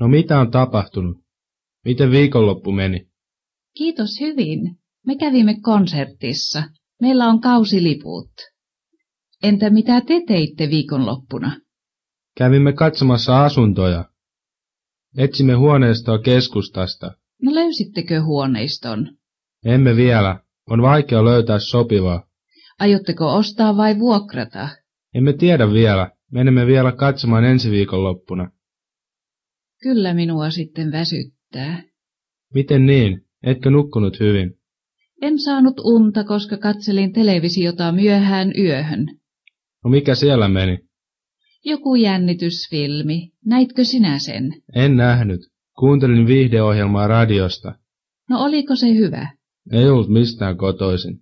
No mitä on tapahtunut? Miten viikonloppu meni? Kiitos hyvin. Me kävimme konsertissa. Meillä on kausiliput. Entä mitä te teitte viikonloppuna? Kävimme katsomassa asuntoja. Etsimme huoneistoa keskustasta. No löysittekö huoneiston? Emme vielä. On vaikea löytää sopivaa. Aiotteko ostaa vai vuokrata? Emme tiedä vielä. Menemme vielä katsomaan ensi viikonloppuna. Kyllä minua sitten väsyttää. Miten niin? Etkö nukkunut hyvin? En saanut unta, koska katselin televisiota myöhään yöhön. No mikä siellä meni? Joku jännitysfilmi. Näitkö sinä sen? En nähnyt. Kuuntelin viihdeohjelmaa radiosta. No oliko se hyvä? Ei ollut mistään kotoisin.